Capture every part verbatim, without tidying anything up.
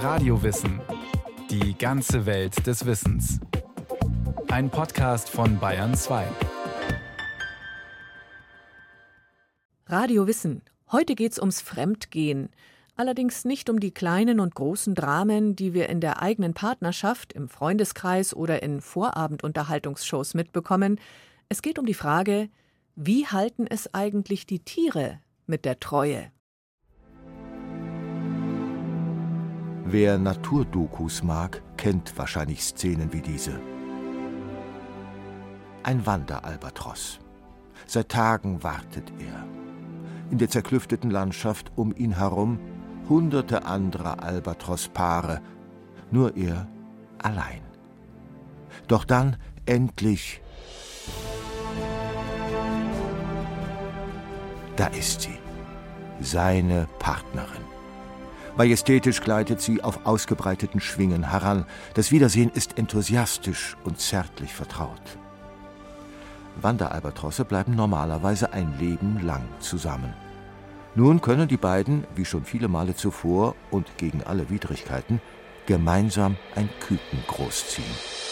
Radiowissen. Die ganze Welt des Wissens. Ein Podcast von Bayern zwei. Radio Wissen. Heute geht's ums Fremdgehen. Allerdings nicht um die kleinen und großen Dramen, die wir in der eigenen Partnerschaft, im Freundeskreis oder in Vorabendunterhaltungsshows mitbekommen. Es geht um die Frage, wie halten es eigentlich die Tiere mit der Treue? Wer Naturdokus mag, kennt wahrscheinlich Szenen wie diese. Ein Wanderalbatros. Seit Tagen wartet er. In der zerklüfteten Landschaft um ihn herum hunderte anderer Albatros-Paare, nur er allein. Doch dann endlich, da ist sie, seine Partnerin. Majestätisch gleitet sie auf ausgebreiteten Schwingen heran. Das Wiedersehen ist enthusiastisch und zärtlich vertraut. Wanderalbatrosse bleiben normalerweise ein Leben lang zusammen. Nun können die beiden, wie schon viele Male zuvor und gegen alle Widrigkeiten, gemeinsam ein Küken großziehen.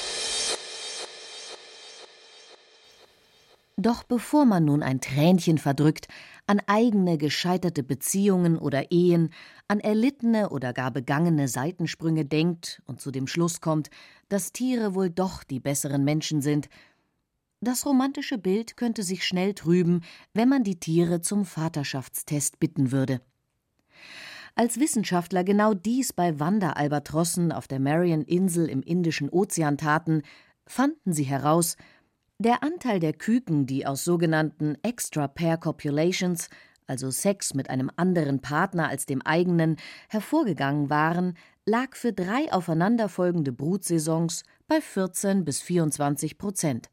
Doch bevor man nun ein Tränchen verdrückt, an eigene gescheiterte Beziehungen oder Ehen, an erlittene oder gar begangene Seitensprünge denkt und zu dem Schluss kommt, dass Tiere wohl doch die besseren Menschen sind, das romantische Bild könnte sich schnell trüben, wenn man die Tiere zum Vaterschaftstest bitten würde. Als Wissenschaftler genau dies bei Wanderalbatrossen auf der Marian-Insel im Indischen Ozean taten, fanden sie heraus, der Anteil der Küken, die aus sogenannten Extra-Pair Copulations, also Sex mit einem anderen Partner als dem eigenen, hervorgegangen waren, lag für drei aufeinanderfolgende Brutsaisons bei vierzehn bis vierundzwanzig Prozent.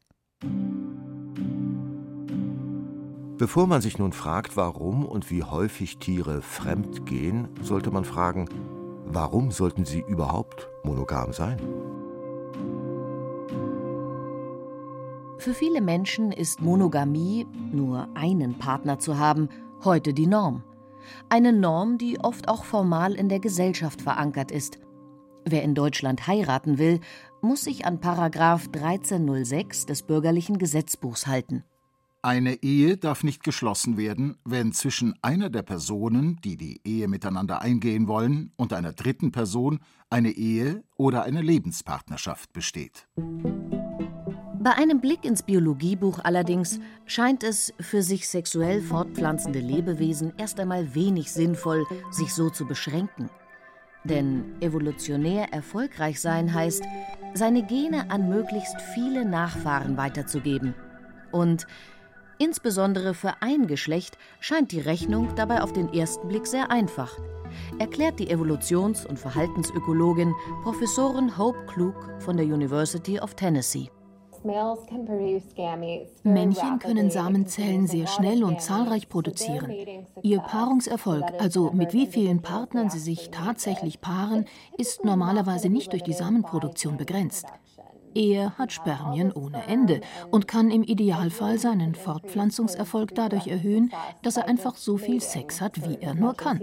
Bevor man sich nun fragt, warum und wie häufig Tiere fremdgehen, sollte man fragen, warum sollten sie überhaupt monogam sein? Für viele Menschen ist Monogamie, nur einen Partner zu haben, heute die Norm. Eine Norm, die oft auch formal in der Gesellschaft verankert ist. Wer in Deutschland heiraten will, muss sich an Paragraph dreizehn null sechs des bürgerlichen Gesetzbuchs halten. Eine Ehe darf nicht geschlossen werden, wenn zwischen einer der Personen, die die Ehe miteinander eingehen wollen, und einer dritten Person eine Ehe oder eine Lebenspartnerschaft besteht. Bei einem Blick ins Biologiebuch allerdings scheint es für sich sexuell fortpflanzende Lebewesen erst einmal wenig sinnvoll, sich so zu beschränken. Denn evolutionär erfolgreich sein heißt, seine Gene an möglichst viele Nachfahren weiterzugeben. Und insbesondere für ein Geschlecht scheint die Rechnung dabei auf den ersten Blick sehr einfach, erklärt die Evolutions- und Verhaltensökologin Professorin Hope Klug von der University of Tennessee. Männchen können Samenzellen sehr schnell und zahlreich produzieren. Ihr Paarungserfolg, also mit wie vielen Partnern sie sich tatsächlich paaren, ist normalerweise nicht durch die Samenproduktion begrenzt. Er hat Spermien ohne Ende und kann im Idealfall seinen Fortpflanzungserfolg dadurch erhöhen, dass er einfach so viel Sex hat, wie er nur kann.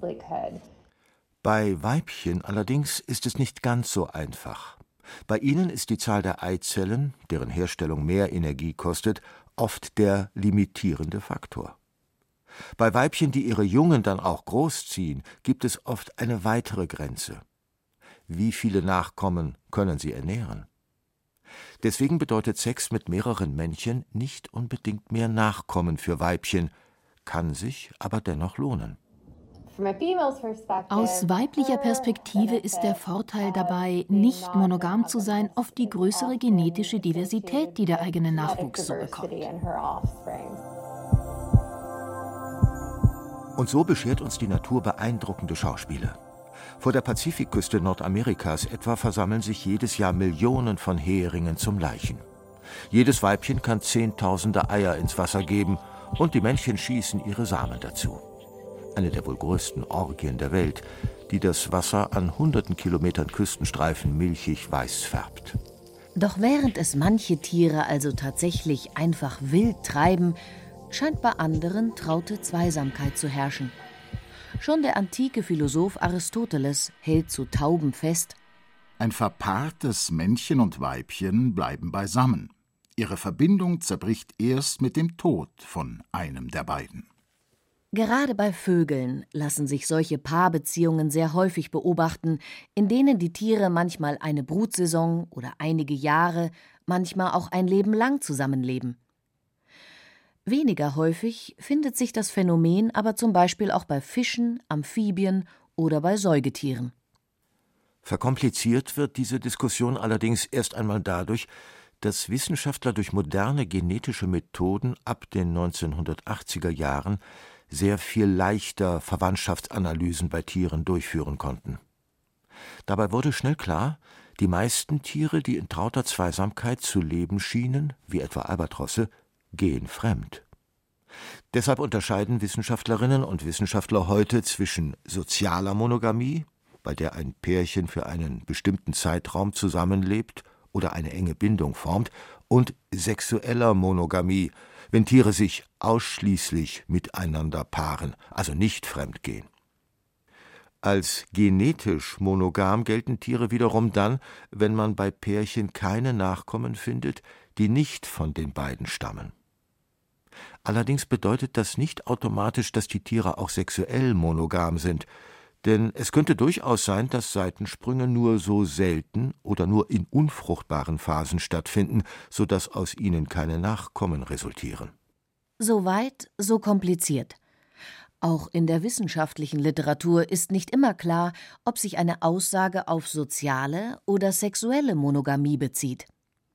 Bei Weibchen allerdings ist es nicht ganz so einfach. Bei ihnen ist die Zahl der Eizellen, deren Herstellung mehr Energie kostet, oft der limitierende Faktor. Bei Weibchen, die ihre Jungen dann auch großziehen, gibt es oft eine weitere Grenze. Wie viele Nachkommen können sie ernähren? Deswegen bedeutet Sex mit mehreren Männchen nicht unbedingt mehr Nachkommen für Weibchen, kann sich aber dennoch lohnen. Aus weiblicher Perspektive ist der Vorteil dabei, nicht monogam zu sein, oft die größere genetische Diversität, die der eigene Nachwuchs so bekommt. Und so beschert uns die Natur beeindruckende Schauspiele. Vor der Pazifikküste Nordamerikas etwa versammeln sich jedes Jahr Millionen von Heringen zum Laichen. Jedes Weibchen kann zehntausende Eier ins Wasser geben und die Männchen schießen ihre Samen dazu. Eine der wohl größten Orgien der Welt, die das Wasser an hunderten Kilometern Küstenstreifen milchig weiß färbt. Doch während es manche Tiere also tatsächlich einfach wild treiben, scheint bei anderen traute Zweisamkeit zu herrschen. Schon der antike Philosoph Aristoteles hält zu Tauben fest: Ein verpaartes Männchen und Weibchen bleiben beisammen. Ihre Verbindung zerbricht erst mit dem Tod von einem der beiden. Gerade bei Vögeln lassen sich solche Paarbeziehungen sehr häufig beobachten, in denen die Tiere manchmal eine Brutsaison oder einige Jahre, manchmal auch ein Leben lang zusammenleben. Weniger häufig findet sich das Phänomen aber zum Beispiel auch bei Fischen, Amphibien oder bei Säugetieren. Verkompliziert wird diese Diskussion allerdings erst einmal dadurch, dass Wissenschaftler durch moderne genetische Methoden ab den neunzehnhundertachtziger Jahren sehr viel leichter Verwandtschaftsanalysen bei Tieren durchführen konnten. Dabei wurde schnell klar, die meisten Tiere, die in trauter Zweisamkeit zu leben schienen, wie etwa Albatrosse, gehen fremd. Deshalb unterscheiden Wissenschaftlerinnen und Wissenschaftler heute zwischen sozialer Monogamie, bei der ein Pärchen für einen bestimmten Zeitraum zusammenlebt oder eine enge Bindung formt, und sexueller Monogamie, wenn Tiere sich ausschließlich miteinander paaren, also nicht fremdgehen. Als genetisch monogam gelten Tiere wiederum dann, wenn man bei Pärchen keine Nachkommen findet, die nicht von den beiden stammen. Allerdings bedeutet das nicht automatisch, dass die Tiere auch sexuell monogam sind, denn es könnte durchaus sein, dass Seitensprünge nur so selten oder nur in unfruchtbaren Phasen stattfinden, sodass aus ihnen keine Nachkommen resultieren. Soweit, so kompliziert. Auch in der wissenschaftlichen Literatur ist nicht immer klar, ob sich eine Aussage auf soziale oder sexuelle Monogamie bezieht.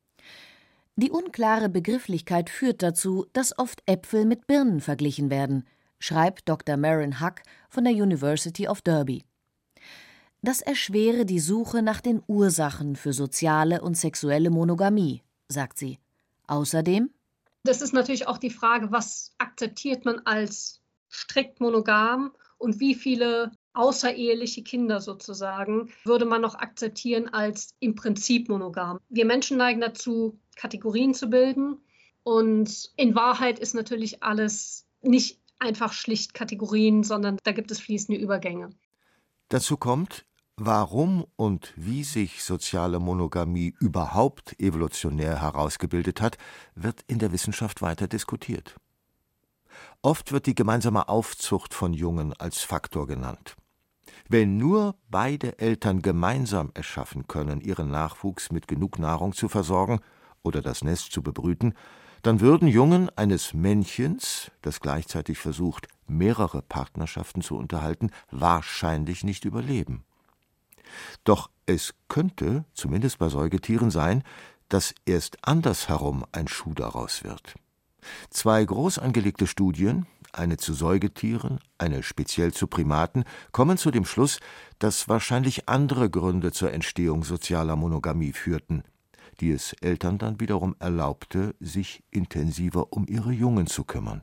Die unklare Begrifflichkeit führt dazu, dass oft Äpfel mit Birnen verglichen werden, schreibt Doktor Maren Huck von der University of Derby. Das erschwere die Suche nach den Ursachen für soziale und sexuelle Monogamie, sagt sie. Außerdem: Das ist natürlich auch die Frage, was akzeptiert man als strikt monogam und wie viele außereheliche Kinder sozusagen würde man noch akzeptieren als im Prinzip monogam. Wir Menschen neigen dazu, Kategorien zu bilden, und in Wahrheit ist natürlich alles nicht einfach schlicht Kategorien, sondern da gibt es fließende Übergänge. Dazu kommt, warum und wie sich soziale Monogamie überhaupt evolutionär herausgebildet hat, wird in der Wissenschaft weiter diskutiert. Oft wird die gemeinsame Aufzucht von Jungen als Faktor genannt. Wenn nur beide Eltern gemeinsam es schaffen können, ihren Nachwuchs mit genug Nahrung zu versorgen oder das Nest zu bebrüten, dann würden Jungen eines Männchens, das gleichzeitig versucht, mehrere Partnerschaften zu unterhalten, wahrscheinlich nicht überleben. Doch es könnte, zumindest bei Säugetieren, sein, dass erst andersherum ein Schuh daraus wird. Zwei groß angelegte Studien, eine zu Säugetieren, eine speziell zu Primaten, kommen zu dem Schluss, dass wahrscheinlich andere Gründe zur Entstehung sozialer Monogamie führten, die es Eltern dann wiederum erlaubte, sich intensiver um ihre Jungen zu kümmern.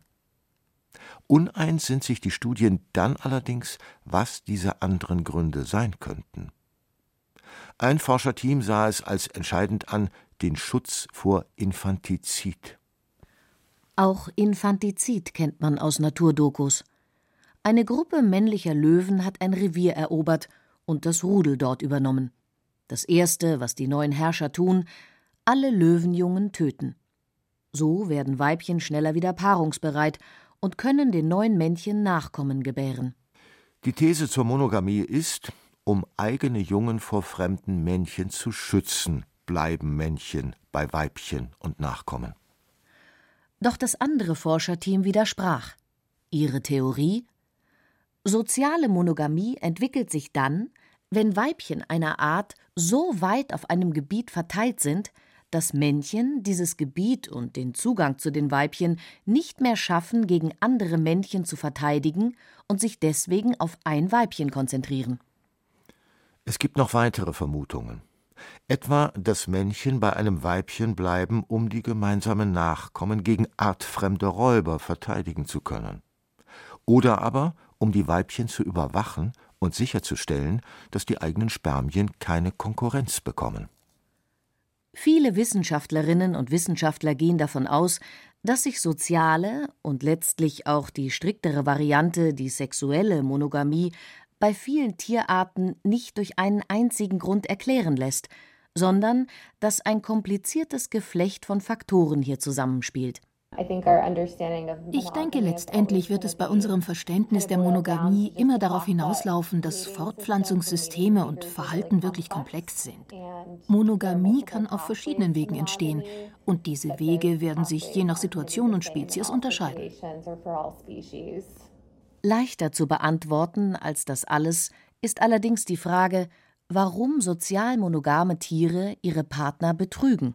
Uneins sind sich die Studien dann allerdings, was diese anderen Gründe sein könnten. Ein Forscherteam sah es als entscheidend an, den Schutz vor Infantizid. Auch Infantizid kennt man aus Naturdokus. Eine Gruppe männlicher Löwen hat ein Revier erobert und das Rudel dort übernommen. Das Erste, was die neuen Herrscher tun: alle Löwenjungen töten. So werden Weibchen schneller wieder paarungsbereit und können den neuen Männchen Nachkommen gebären. Die These zur Monogamie ist, um eigene Jungen vor fremden Männchen zu schützen, bleiben Männchen bei Weibchen und Nachkommen. Doch das andere Forscherteam widersprach. Ihre Theorie: soziale Monogamie entwickelt sich dann, wenn Weibchen einer Art so weit auf einem Gebiet verteilt sind, dass Männchen dieses Gebiet und den Zugang zu den Weibchen nicht mehr schaffen, gegen andere Männchen zu verteidigen und sich deswegen auf ein Weibchen konzentrieren. Es gibt noch weitere Vermutungen. Etwa, dass Männchen bei einem Weibchen bleiben, um die gemeinsamen Nachkommen gegen artfremde Räuber verteidigen zu können. Oder aber, um die Weibchen zu überwachen und sicherzustellen, dass die eigenen Spermien keine Konkurrenz bekommen. Viele Wissenschaftlerinnen und Wissenschaftler gehen davon aus, dass sich soziale und letztlich auch die striktere Variante, die sexuelle Monogamie, bei vielen Tierarten nicht durch einen einzigen Grund erklären lässt, sondern dass ein kompliziertes Geflecht von Faktoren hier zusammenspielt. Ich denke, letztendlich wird es bei unserem Verständnis der Monogamie immer darauf hinauslaufen, dass Fortpflanzungssysteme und Verhalten wirklich komplex sind. Monogamie kann auf verschiedenen Wegen entstehen, und diese Wege werden sich je nach Situation und Spezies unterscheiden. Leichter zu beantworten als das alles ist allerdings die Frage, warum sozial monogame Tiere ihre Partner betrügen.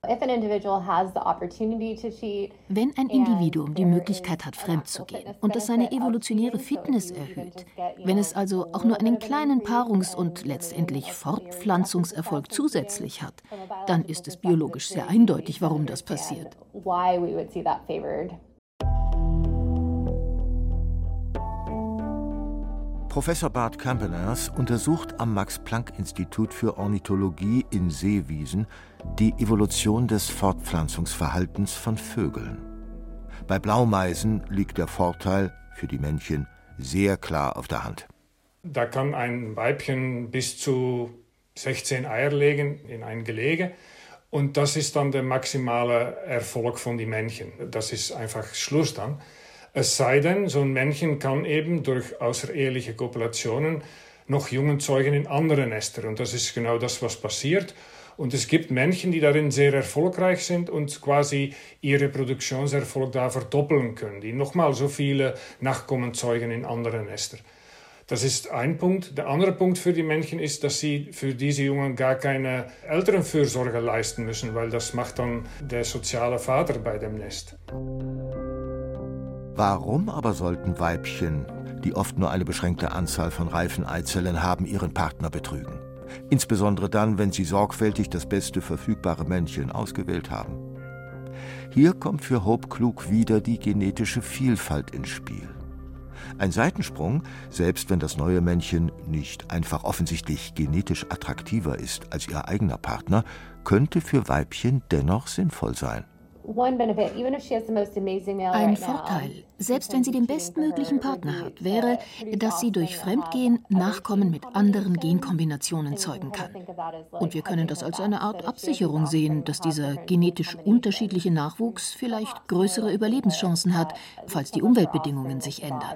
Wenn ein Individuum die Möglichkeit hat, fremd zu gehen und das seine evolutionäre Fitness erhöht, wenn es also auch nur einen kleinen Paarungs- und letztendlich Fortpflanzungserfolg zusätzlich hat, dann ist es biologisch sehr eindeutig, warum das passiert. Professor Bart Campenaers untersucht am Max-Planck-Institut für Ornithologie in Seewiesen die Evolution des Fortpflanzungsverhaltens von Vögeln. Bei Blaumeisen liegt der Vorteil für die Männchen sehr klar auf der Hand. Da kann ein Weibchen bis zu sechzehn Eier legen in ein Gelege. Und das ist dann der maximale Erfolg von den Männchen. Das ist einfach Schluss dann. Es sei denn, so ein Männchen kann eben durch außereheliche Kopulationen noch Jungen zeugen in andere Nester. Und das ist genau das, was passiert. Und es gibt Männchen, die darin sehr erfolgreich sind und quasi ihre Reproduktionserfolg da verdoppeln können, die nochmal so viele Nachkommen zeugen in andere Nester. Das ist ein Punkt. Der andere Punkt für die Männchen ist, dass sie für diese Jungen gar keine Elternfürsorge leisten müssen, weil das macht dann der soziale Vater bei dem Nest. Warum aber sollten Weibchen, die oft nur eine beschränkte Anzahl von reifen Eizellen haben, ihren Partner betrügen? Insbesondere dann, wenn sie sorgfältig das beste verfügbare Männchen ausgewählt haben. Hier kommt für Hope Klug wieder die genetische Vielfalt ins Spiel. Ein Seitensprung, selbst wenn das neue Männchen nicht einfach offensichtlich genetisch attraktiver ist als ihr eigener Partner, könnte für Weibchen dennoch sinnvoll sein. Ein Vorteil, selbst wenn sie den bestmöglichen Partner hat, wäre, dass sie durch Fremdgehen Nachkommen mit anderen Genkombinationen zeugen kann. Und wir können das als eine Art Absicherung sehen, dass dieser genetisch unterschiedliche Nachwuchs vielleicht größere Überlebenschancen hat, falls die Umweltbedingungen sich ändern.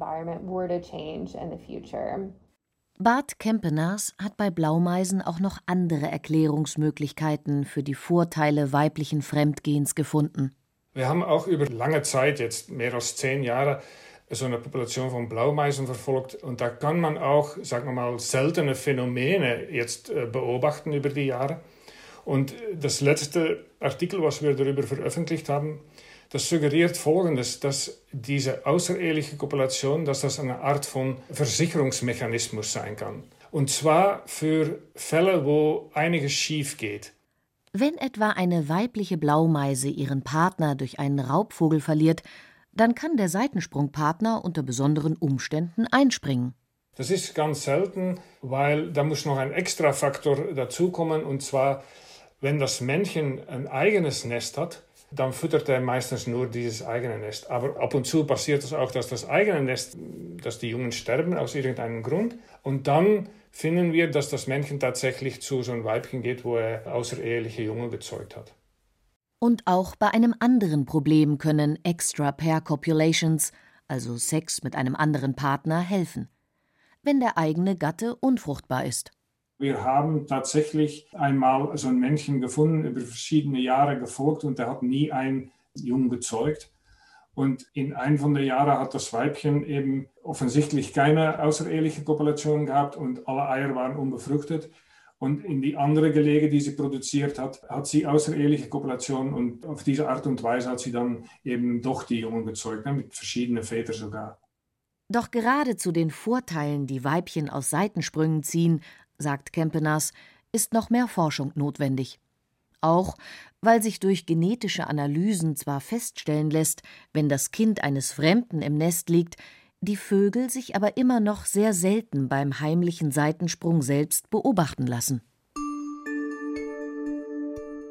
Bart Campenaers hat bei Blaumeisen auch noch andere Erklärungsmöglichkeiten für die Vorteile weiblichen Fremdgehens gefunden. Wir haben auch über lange Zeit, jetzt mehr als zehn Jahre, so eine Population von Blaumeisen verfolgt. Und da kann man auch, sagen wir mal, seltene Phänomene jetzt beobachten über die Jahre. Und das letzte Artikel, was wir darüber veröffentlicht haben, das suggeriert Folgendes, dass diese außereheliche Kopulation, dass das eine Art von Versicherungsmechanismus sein kann. Und zwar für Fälle, wo einiges schief geht. Wenn etwa eine weibliche Blaumeise ihren Partner durch einen Raubvogel verliert, dann kann der Seitensprungpartner unter besonderen Umständen einspringen. Das ist ganz selten, weil da muss noch ein Extrafaktor dazukommen. Und zwar, wenn das Männchen ein eigenes Nest hat, dann füttert er meistens nur dieses eigene Nest. Aber ab und zu passiert es auch, dass das eigene Nest, dass die Jungen sterben aus irgendeinem Grund. Und dann finden wir, dass das Männchen tatsächlich zu so einem Weibchen geht, wo er außereheliche Jungen gezeugt hat. Und auch bei einem anderen Problem können Extra-Pair-Copulations, also Sex mit einem anderen Partner, helfen, wenn der eigene Gatte unfruchtbar ist. Wir haben tatsächlich einmal so ein Männchen gefunden, über verschiedene Jahre gefolgt, und der hat nie einen Jungen gezeugt. Und in einem von den Jahren hat das Weibchen eben offensichtlich keine außereheliche Kopulation gehabt und alle Eier waren unbefruchtet. Und in die andere Gelege, die sie produziert hat, hat sie außereheliche Kopulation, und auf diese Art und Weise hat sie dann eben doch die Jungen gezeugt, mit verschiedenen Vätern sogar. Doch gerade zu den Vorteilen, die Weibchen aus Seitensprüngen ziehen, sagt Campenaers, ist noch mehr Forschung notwendig. Auch, weil sich durch genetische Analysen zwar feststellen lässt, wenn das Kind eines Fremden im Nest liegt, die Vögel sich aber immer noch sehr selten beim heimlichen Seitensprung selbst beobachten lassen.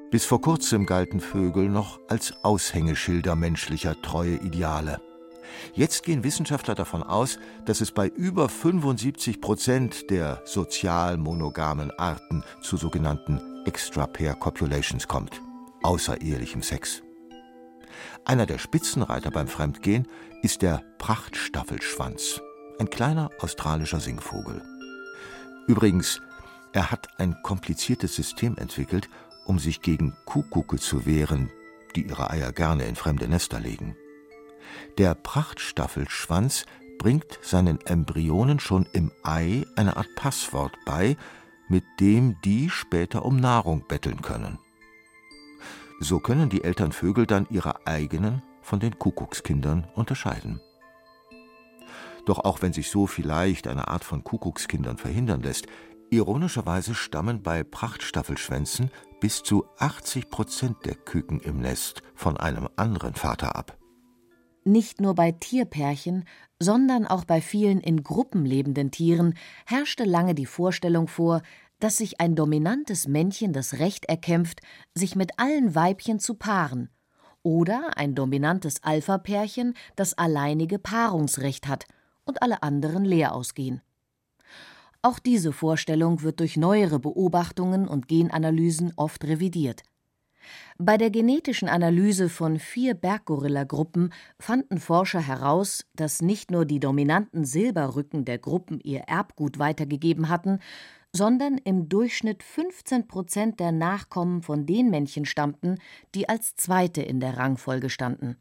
Bis vor kurzem galten Vögel noch als Aushängeschilder menschlicher Treueideale. Jetzt gehen Wissenschaftler davon aus, dass es bei über fünfundsiebzig Prozent der sozial monogamen Arten zu sogenannten Extra-Pair Copulations kommt, außerehelichem Sex. Einer der Spitzenreiter beim Fremdgehen ist der Prachtstaffelschwanz, ein kleiner australischer Singvogel. Übrigens, er hat ein kompliziertes System entwickelt, um sich gegen Kuckucke zu wehren, die ihre Eier gerne in fremde Nester legen. Der Prachtstaffelschwanz bringt seinen Embryonen schon im Ei eine Art Passwort bei, mit dem die später um Nahrung betteln können. So können die Elternvögel dann ihre eigenen von den Kuckuckskindern unterscheiden. Doch auch wenn sich so vielleicht eine Art von Kuckuckskindern verhindern lässt, ironischerweise stammen bei Prachtstaffelschwänzen bis zu achtzig Prozent der Küken im Nest von einem anderen Vater ab. Nicht nur bei Tierpärchen, sondern auch bei vielen in Gruppen lebenden Tieren herrschte lange die Vorstellung vor, dass sich ein dominantes Männchen das Recht erkämpft, sich mit allen Weibchen zu paaren, oder ein dominantes Alpha-Pärchen das alleinige Paarungsrecht hat und alle anderen leer ausgehen. Auch diese Vorstellung wird durch neuere Beobachtungen und Genanalysen oft revidiert. Bei der genetischen Analyse von vier Berggorilla-Gruppen fanden Forscher heraus, dass nicht nur die dominanten Silberrücken der Gruppen ihr Erbgut weitergegeben hatten, sondern im Durchschnitt fünfzehn Prozent der Nachkommen von den Männchen stammten, die als Zweite in der Rangfolge standen.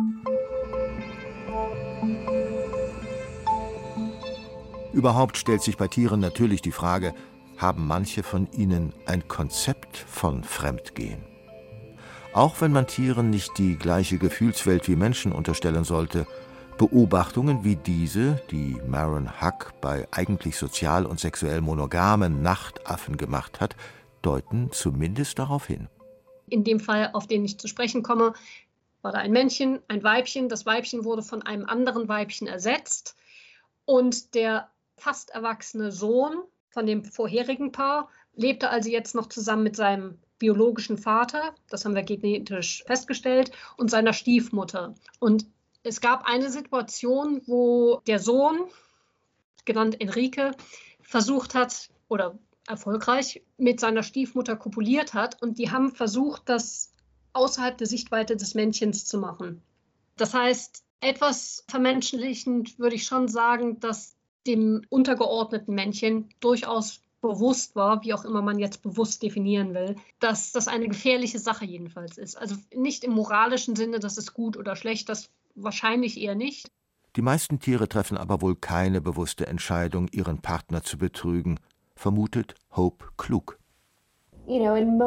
Überhaupt stellt sich bei Tieren natürlich die Frage, haben manche von ihnen ein Konzept von Fremdgehen? Auch wenn man Tieren nicht die gleiche Gefühlswelt wie Menschen unterstellen sollte, Beobachtungen wie diese, die Maren Huck bei eigentlich sozial und sexuell monogamen Nachtaffen gemacht hat, deuten zumindest darauf hin. In dem Fall, auf den ich zu sprechen komme, war da ein Männchen, ein Weibchen. Das Weibchen wurde von einem anderen Weibchen ersetzt. Und der fast erwachsene Sohn von dem vorherigen Paar lebte also jetzt noch zusammen mit seinem biologischen Vater, das haben wir genetisch festgestellt, und seiner Stiefmutter. Und es gab eine Situation, wo der Sohn, genannt Enrique, versucht hat, oder erfolgreich, mit seiner Stiefmutter kopuliert hat. Und die haben versucht, das außerhalb der Sichtweite des Männchens zu machen. Das heißt, etwas vermenschlichend würde ich schon sagen, dass dem untergeordneten Männchen durchaus bewusst war, wie auch immer man jetzt bewusst definieren will, dass das eine gefährliche Sache jedenfalls ist. Also nicht im moralischen Sinne, dass es gut oder schlecht, das wahrscheinlich eher nicht. Die meisten Tiere treffen aber wohl keine bewusste Entscheidung, ihren Partner zu betrügen, vermutet Hope Klug. Bei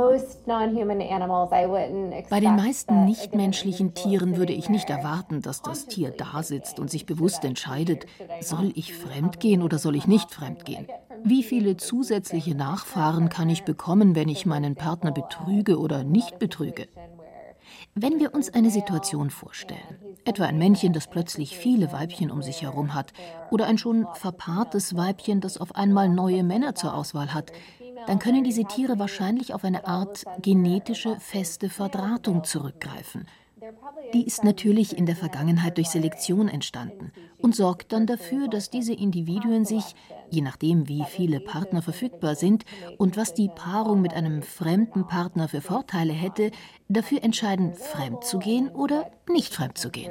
den meisten nichtmenschlichen Tieren würde ich nicht erwarten, dass das Tier da sitzt und sich bewusst entscheidet, soll ich fremdgehen oder soll ich nicht fremdgehen? Wie viele zusätzliche Nachfahren kann ich bekommen, wenn ich meinen Partner betrüge oder nicht betrüge? Wenn wir uns eine Situation vorstellen, etwa ein Männchen, das plötzlich viele Weibchen um sich herum hat, oder ein schon verpaartes Weibchen, das auf einmal neue Männer zur Auswahl hat, dann können diese Tiere wahrscheinlich auf eine Art genetische, feste Verdrahtung zurückgreifen. Die ist natürlich in der Vergangenheit durch Selektion entstanden und sorgt dann dafür, dass diese Individuen sich, je nachdem wie viele Partner verfügbar sind und was die Paarung mit einem fremden Partner für Vorteile hätte, dafür entscheiden, fremd zu gehen oder nicht fremd zu gehen.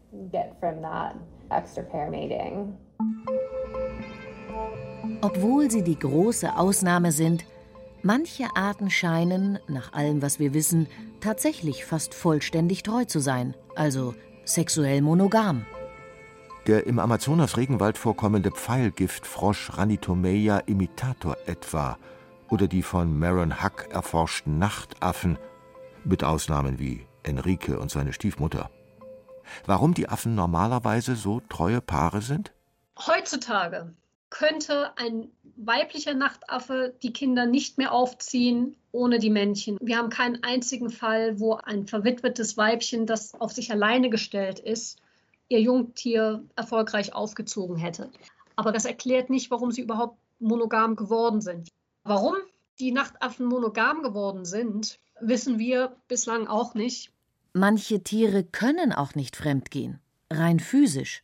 Obwohl sie die große Ausnahme sind, manche Arten scheinen, nach allem, was wir wissen, tatsächlich fast vollständig treu zu sein, also sexuell monogam. Der im Amazonas-Regenwald vorkommende Pfeilgiftfrosch Ranitomeya imitator etwa oder die von Maren Huck erforschten Nachtaffen, mit Ausnahmen wie Enrique und seine Stiefmutter. Warum die Affen normalerweise so treue Paare sind? Heutzutage könnte ein weiblicher Nachtaffe die Kinder nicht mehr aufziehen ohne die Männchen. Wir haben keinen einzigen Fall, wo ein verwitwetes Weibchen, das auf sich alleine gestellt ist, ihr Jungtier erfolgreich aufgezogen hätte. Aber das erklärt nicht, warum sie überhaupt monogam geworden sind. Warum die Nachtaffen monogam geworden sind, wissen wir bislang auch nicht. Manche Tiere können auch nicht fremdgehen, rein physisch.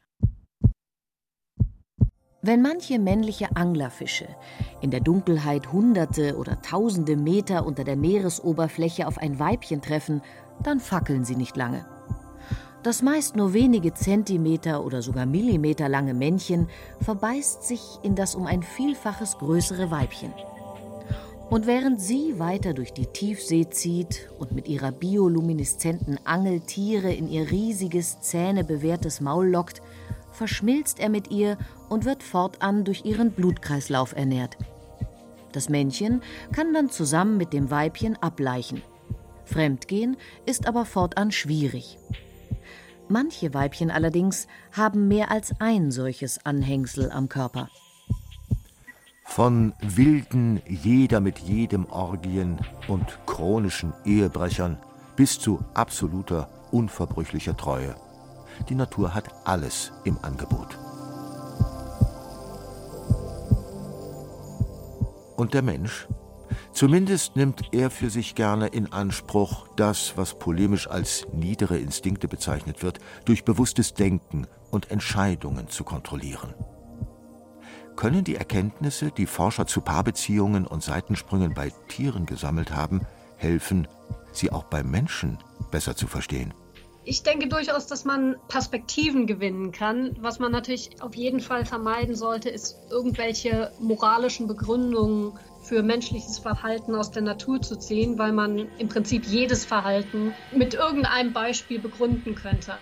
Wenn manche männliche Anglerfische in der Dunkelheit hunderte oder tausende Meter unter der Meeresoberfläche auf ein Weibchen treffen, dann fackeln sie nicht lange. Das meist nur wenige Zentimeter oder sogar Millimeter lange Männchen verbeißt sich in das um ein Vielfaches größere Weibchen. Und während sie weiter durch die Tiefsee zieht und mit ihrer biolumineszenten Angel Tiere in ihr riesiges, zähnebewehrtes Maul lockt, verschmilzt er mit ihr und wird fortan durch ihren Blutkreislauf ernährt. Das Männchen kann dann zusammen mit dem Weibchen ablaichen. Fremdgehen ist aber fortan schwierig. Manche Weibchen allerdings haben mehr als ein solches Anhängsel am Körper. Von wilden Jeder mit jedem Orgien und chronischen Ehebrechern bis zu absoluter, unverbrüchlicher Treue. Die Natur hat alles im Angebot. Und der Mensch? Zumindest nimmt er für sich gerne in Anspruch, das, was polemisch als niedere Instinkte bezeichnet wird, durch bewusstes Denken und Entscheidungen zu kontrollieren. Können die Erkenntnisse, die Forscher zu Paarbeziehungen und Seitensprüngen bei Tieren gesammelt haben, helfen, sie auch beim Menschen besser zu verstehen? Ich denke durchaus, dass man Perspektiven gewinnen kann. Was man natürlich auf jeden Fall vermeiden sollte, ist irgendwelche moralischen Begründungen für menschliches Verhalten aus der Natur zu ziehen, weil man im Prinzip jedes Verhalten mit irgendeinem Beispiel begründen könnte.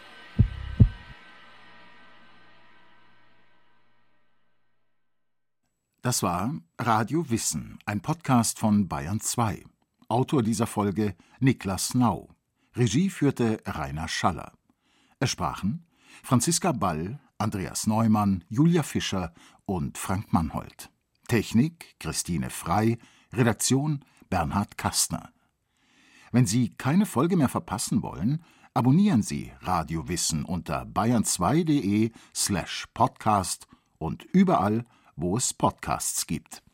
Das war Radio Wissen, ein Podcast von Bayern zwei. Autor dieser Folge Niklas Nau. Regie führte Rainer Schaller. Es sprachen Franziska Ball, Andreas Neumann, Julia Fischer und Frank Mannhold. Technik Christine Frey, Redaktion Bernhard Kastner. Wenn Sie keine Folge mehr verpassen wollen, abonnieren Sie Radio Wissen unter bayern zwei punkt de slash podcast und überall, wo es Podcasts gibt.